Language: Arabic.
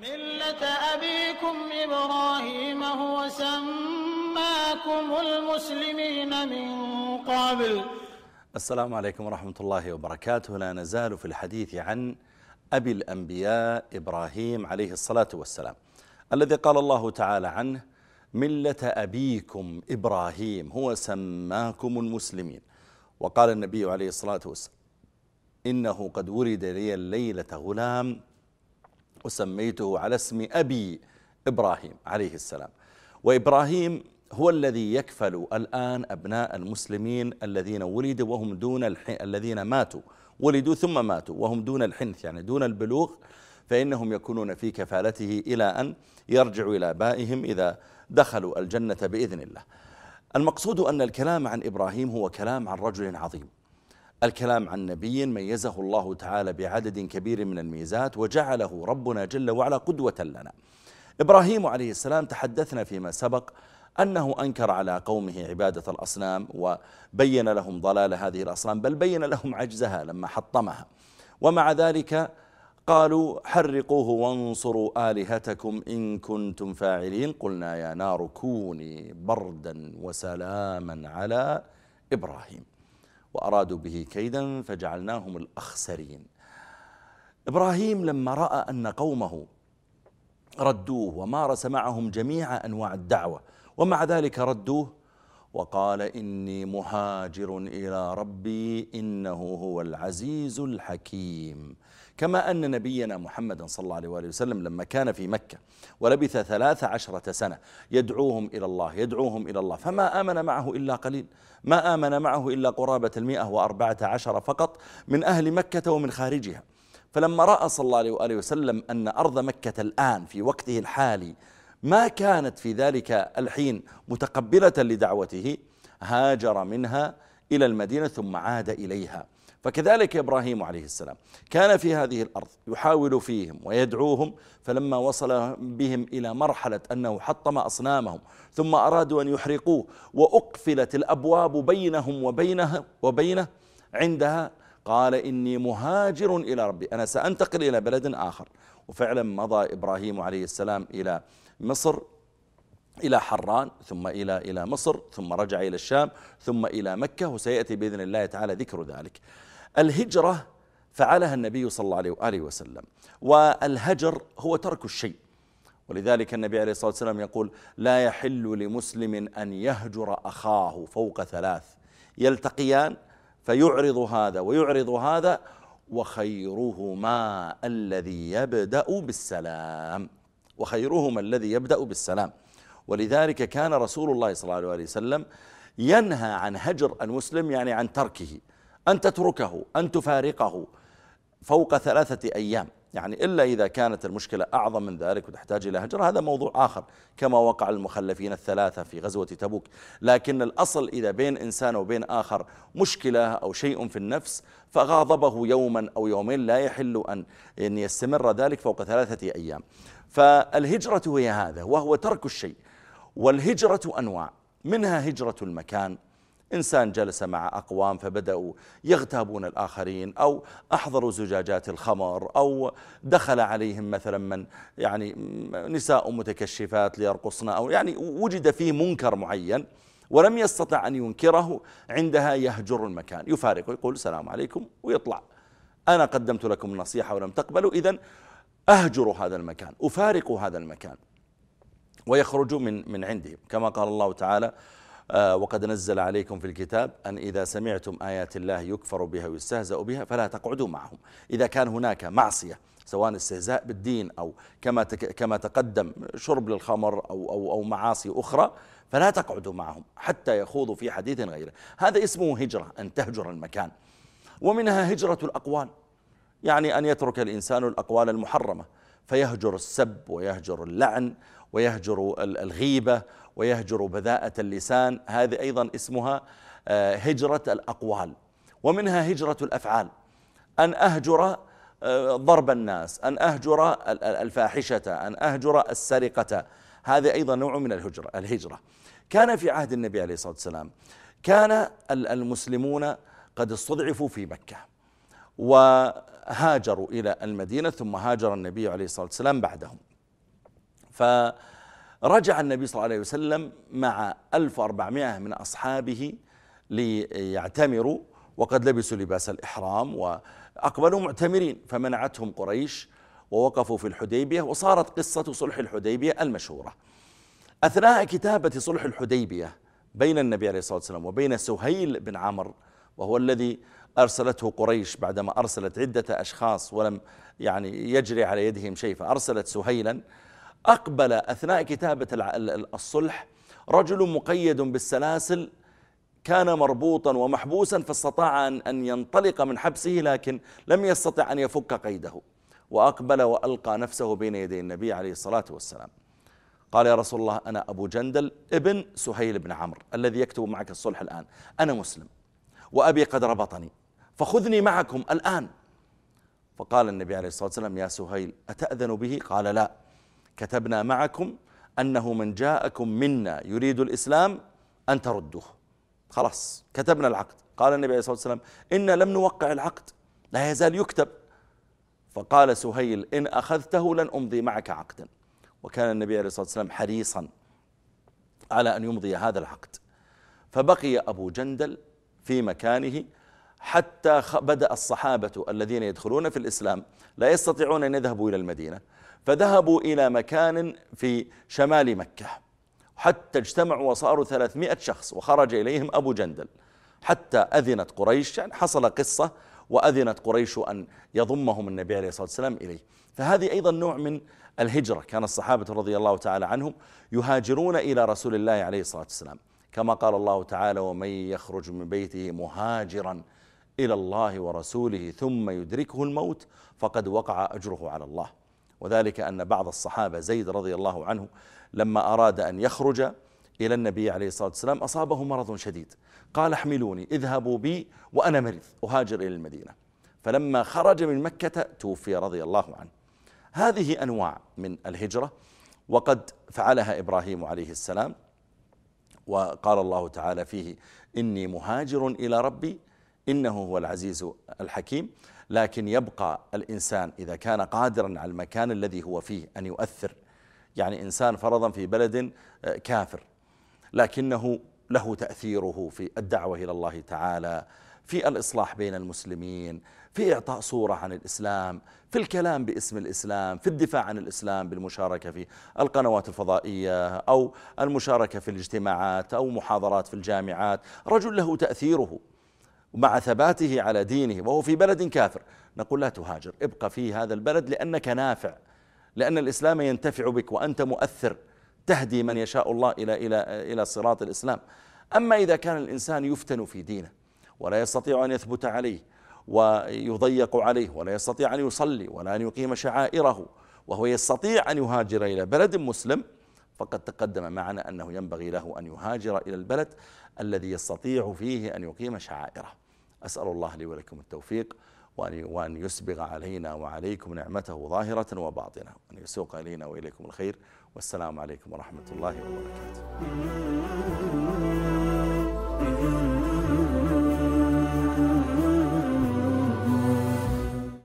ملة أبيكم إبراهيم هو سماكم المسلمين من قبل. السلام عليكم ورحمة الله وبركاته. لا نزال في الحديث عن أبي الأنبياء إبراهيم عليه الصلاة والسلام، الذي قال الله تعالى عنه: ملة أبيكم إبراهيم هو سماكم المسلمين. وقال النبي عليه الصلاة والسلام: إنه قد ولد لي الليلة غلام وسميته على اسم أبي إبراهيم عليه السلام. وإبراهيم هو الذي يكفل الآن أبناء المسلمين الذين ولدوا وهم دون الذين ماتوا، ولدوا ثم ماتوا وهم دون الحنث، يعني دون البلوغ، فإنهم يكونون في كفالته إلى أن يرجعوا إلى آبائهم إذا دخلوا الجنة بإذن الله. المقصود أن الكلام عن إبراهيم هو كلام عن رجل عظيم، الكلام عن نبي ميزه الله تعالى بعدد كبير من الميزات، وجعله ربنا جل وعلا قدوة لنا. إبراهيم عليه السلام تحدثنا فيما سبق أنه أنكر على قومه عبادة الأصنام وبين لهم ضلال هذه الأصنام، بل بين لهم عجزها لما حطمها. ومع ذلك قالوا: حرقوه وانصروا آلهتكم إن كنتم فاعلين. قلنا: يا نار كوني بردا وسلاما على إبراهيم. وأرادوا به كيدا فجعلناهم الأخسرين. إبراهيم لما رأى أن قومه ردوه ومارس معهم جميع أنواع الدعوة، ومع ذلك ردوه، وقال: إني مهاجر إلى ربي إنه هو العزيز الحكيم. كما أن نبينا محمد صلى الله عليه وآله وسلم لما كان في مكة ولبث 13 سنة يدعوهم إلى الله يدعوهم إلى الله، فما آمن معه إلا قليل، ما آمن معه إلا قرابة 114 فقط من أهل مكة ومن خارجها. فلما رأى صلى الله عليه وآله وسلم أن أرض مكة الآن في وقته الحالي ما كانت في ذلك الحين متقبلة لدعوته، هاجر منها إلى المدينة ثم عاد إليها. فكذلك إبراهيم عليه السلام كان في هذه الأرض يحاول فيهم ويدعوهم، فلما وصل بهم إلى مرحلة أنه حطم أصنامهم ثم أرادوا أن يحرقوه وأقفلت الأبواب بينهم وبينه عندها قال: إني مهاجر إلى ربي، أنا سأنتقل إلى بلد آخر. وفعلا مضى إبراهيم عليه السلام إلى مصر، إلى حران، ثم إلى مصر، ثم رجع إلى الشام، ثم إلى مكة، وسيأتي بإذن الله تعالى ذكر ذلك. الهجرة فعلها النبي صلى الله عليه وآله وسلم، والهجر هو ترك الشيء. ولذلك النبي عليه الصلاة والسلام يقول: لا يحل لمسلم أن يهجر أخاه فوق 3 يلتقيان فيعرض هذا ويعرض هذا، وخيرهما الذي يبدأ بالسلام، وخيرهما الذي يبدأ بالسلام. ولذلك كان رسول الله صلى الله عليه وسلم ينهى عن هجر المسلم، يعني عن تركه، أن تتركه، أن تفارقه فوق 3 أيام، يعني إلا إذا كانت المشكلة أعظم من ذلك وتحتاج إلى هجر، هذا موضوع آخر كما وقع المخلفين 3 في غزوة تبوك. لكن الأصل إذا بين إنسان وبين آخر مشكلة أو شيء في النفس فغاضبه يوما أو يومين، لا يحل أن يستمر ذلك فوق 3 أيام. فالهجرة هي هذا، وهو ترك الشيء. والهجرة أنواع، منها هجرة المكان، إنسان جلس مع أقوام فبدأوا يغتابون الآخرين، أو أحضروا زجاجات الخمر، أو دخل عليهم مثلا من يعني نساء متكشفات ليرقصن، أو يعني وجد فيه منكر معين ولم يستطع أن ينكره، عندها يهجر المكان، يفارق ويقول: السلام عليكم ويطلع، أنا قدمت لكم النصيحة ولم تقبلوا، إذن أهجر هذا المكان، أفارق هذا المكان، ويخرج من عندهم. كما قال الله تعالى: وقد نزل عليكم في الكتاب أن إذا سمعتم آيات الله يكفر بها ويستهزأ بها فلا تقعدوا معهم. إذا كان هناك معصية، سواء استهزاء بالدين أو كما تقدم شرب للخمر أو معاصي أخرى، فلا تقعدوا معهم حتى يخوضوا في حديث غيره. هذا اسمه هجرة، أن تهجر المكان. ومنها هجرة الأقوال، يعني أن يترك الإنسان الأقوال المحرمة، فيهجر السب ويهجر اللعن ويهجر الغيبة ويهجر بذاءة اللسان، هذه أيضا اسمها هجرة الأقوال. ومنها هجرة الأفعال، أن أهجر ضرب الناس، أن أهجر الفاحشة، أن أهجر السرقة، هذا أيضا نوع من الهجرة. كان في عهد النبي عليه الصلاة والسلام كان المسلمون قد استضعفوا في مكة وهاجروا إلى المدينة، ثم هاجر النبي عليه الصلاة والسلام بعدهم. فرجع النبي صلى الله عليه وسلم مع 1400 من أصحابه ليعتمروا، وقد لبسوا لباس الإحرام وأقبلوا معتمرين، فمنعتهم قريش ووقفوا في الحديبية، وصارت قصة صلح الحديبية المشهورة. أثناء كتابة صلح الحديبية بين النبي عليه الصلاة والسلام وبين سهيل بن عمرو، وهو الذي أرسلته قريش بعدما أرسلت عدة أشخاص ولم يجري على يدهم شيء، فأرسلت سهيلا. أقبل أثناء كتابة الصلح رجل مقيد بالسلاسل، كان مربوطا ومحبوسا، فاستطاع أن ينطلق من حبسه، لكن لم يستطع أن يفك قيده، وأقبل وألقى نفسه بين يدي النبي عليه الصلاة والسلام. قال: يا رسول الله، أنا أبو جندل ابن سهيل بن عمرو الذي يكتب معك الصلح الآن، أنا مسلم وأبي قد ربطني، فخذني معكم الآن. فقال النبي عليه الصلاة والسلام: يا سهيل، أتأذن به؟ قال: لا، كتبنا معكم أنه من جاءكم منا يريد الإسلام أن تردوه، خلاص كتبنا العقد. قال النبي عليه الصلاة والسلام: إن لم نوقع العقد، لا يزال يكتب. فقال سهيل: إن أخذته لن أمضي معك عقدا. وكان النبي عليه الصلاة والسلام حريصا على أن يمضي هذا العقد. فبقي أبو جندل في مكانه حتى بدأ الصحابة الذين يدخلون في الإسلام لا يستطيعون أن يذهبوا إلى المدينة، فذهبوا إلى مكان في شمال مكة، حتى اجتمعوا وصاروا 300 شخص، وخرج إليهم أبو جندل حتى أذنت قريش، حصل قصة وأذنت قريش أن يضمهم النبي عليه الصلاة والسلام إليه. فهذه أيضا نوع من الهجرة، كان الصحابة رضي الله تعالى عنهم يهاجرون إلى رسول الله عليه الصلاة والسلام، كما قال الله تعالى: ومن يخرج من بيته مهاجرا إلى الله ورسوله ثم يدركه الموت فقد وقع أجره على الله. وذلك أن بعض الصحابة زيد رضي الله عنه لما أراد أن يخرج إلى النبي عليه الصلاة والسلام أصابه مرض شديد، قال: احملوني، اذهبوا بي وأنا مريض أهاجر إلى المدينة. فلما خرج من مكة توفي رضي الله عنه. هذه أنواع من الهجرة، وقد فعلها إبراهيم عليه السلام، وقال الله تعالى فيه: إني مهاجر إلى ربي إنه هو العزيز الحكيم. لكن يبقى الإنسان إذا كان قادرا على المكان الذي هو فيه أن يؤثر، يعني إنسان فرضا في بلد كافر لكنه له تأثيره في الدعوة إلى الله تعالى، في الإصلاح بين المسلمين، في إعطاء صورة عن الإسلام، في الكلام باسم الإسلام، في الدفاع عن الإسلام بالمشاركة في القنوات الفضائية أو المشاركة في الاجتماعات أو محاضرات في الجامعات. رجل له تأثيره مع ثباته على دينه وهو في بلد كافر، نقول: لا تهاجر، ابقى في هذا البلد لأنك نافع، لأن الإسلام ينتفع بك وأنت مؤثر، تهدي من يشاء الله إلى صراط الإسلام. أما إذا كان الإنسان يفتن في دينه ولا يستطيع أن يثبت عليه ويضيق عليه ولا يستطيع أن يصلي ولا أن يقيم شعائره، وهو يستطيع أن يهاجر إلى بلد مسلم، فقد تقدم معنا أنه ينبغي له أن يهاجر إلى البلد الذي يستطيع فيه أن يقيم شعائره. أسأل الله لي ولكم التوفيق، وأن يسبغ علينا وعليكم نعمته ظاهرة وباطنة، وأن يسوق إلينا وإليكم الخير. والسلام عليكم ورحمة الله وبركاته.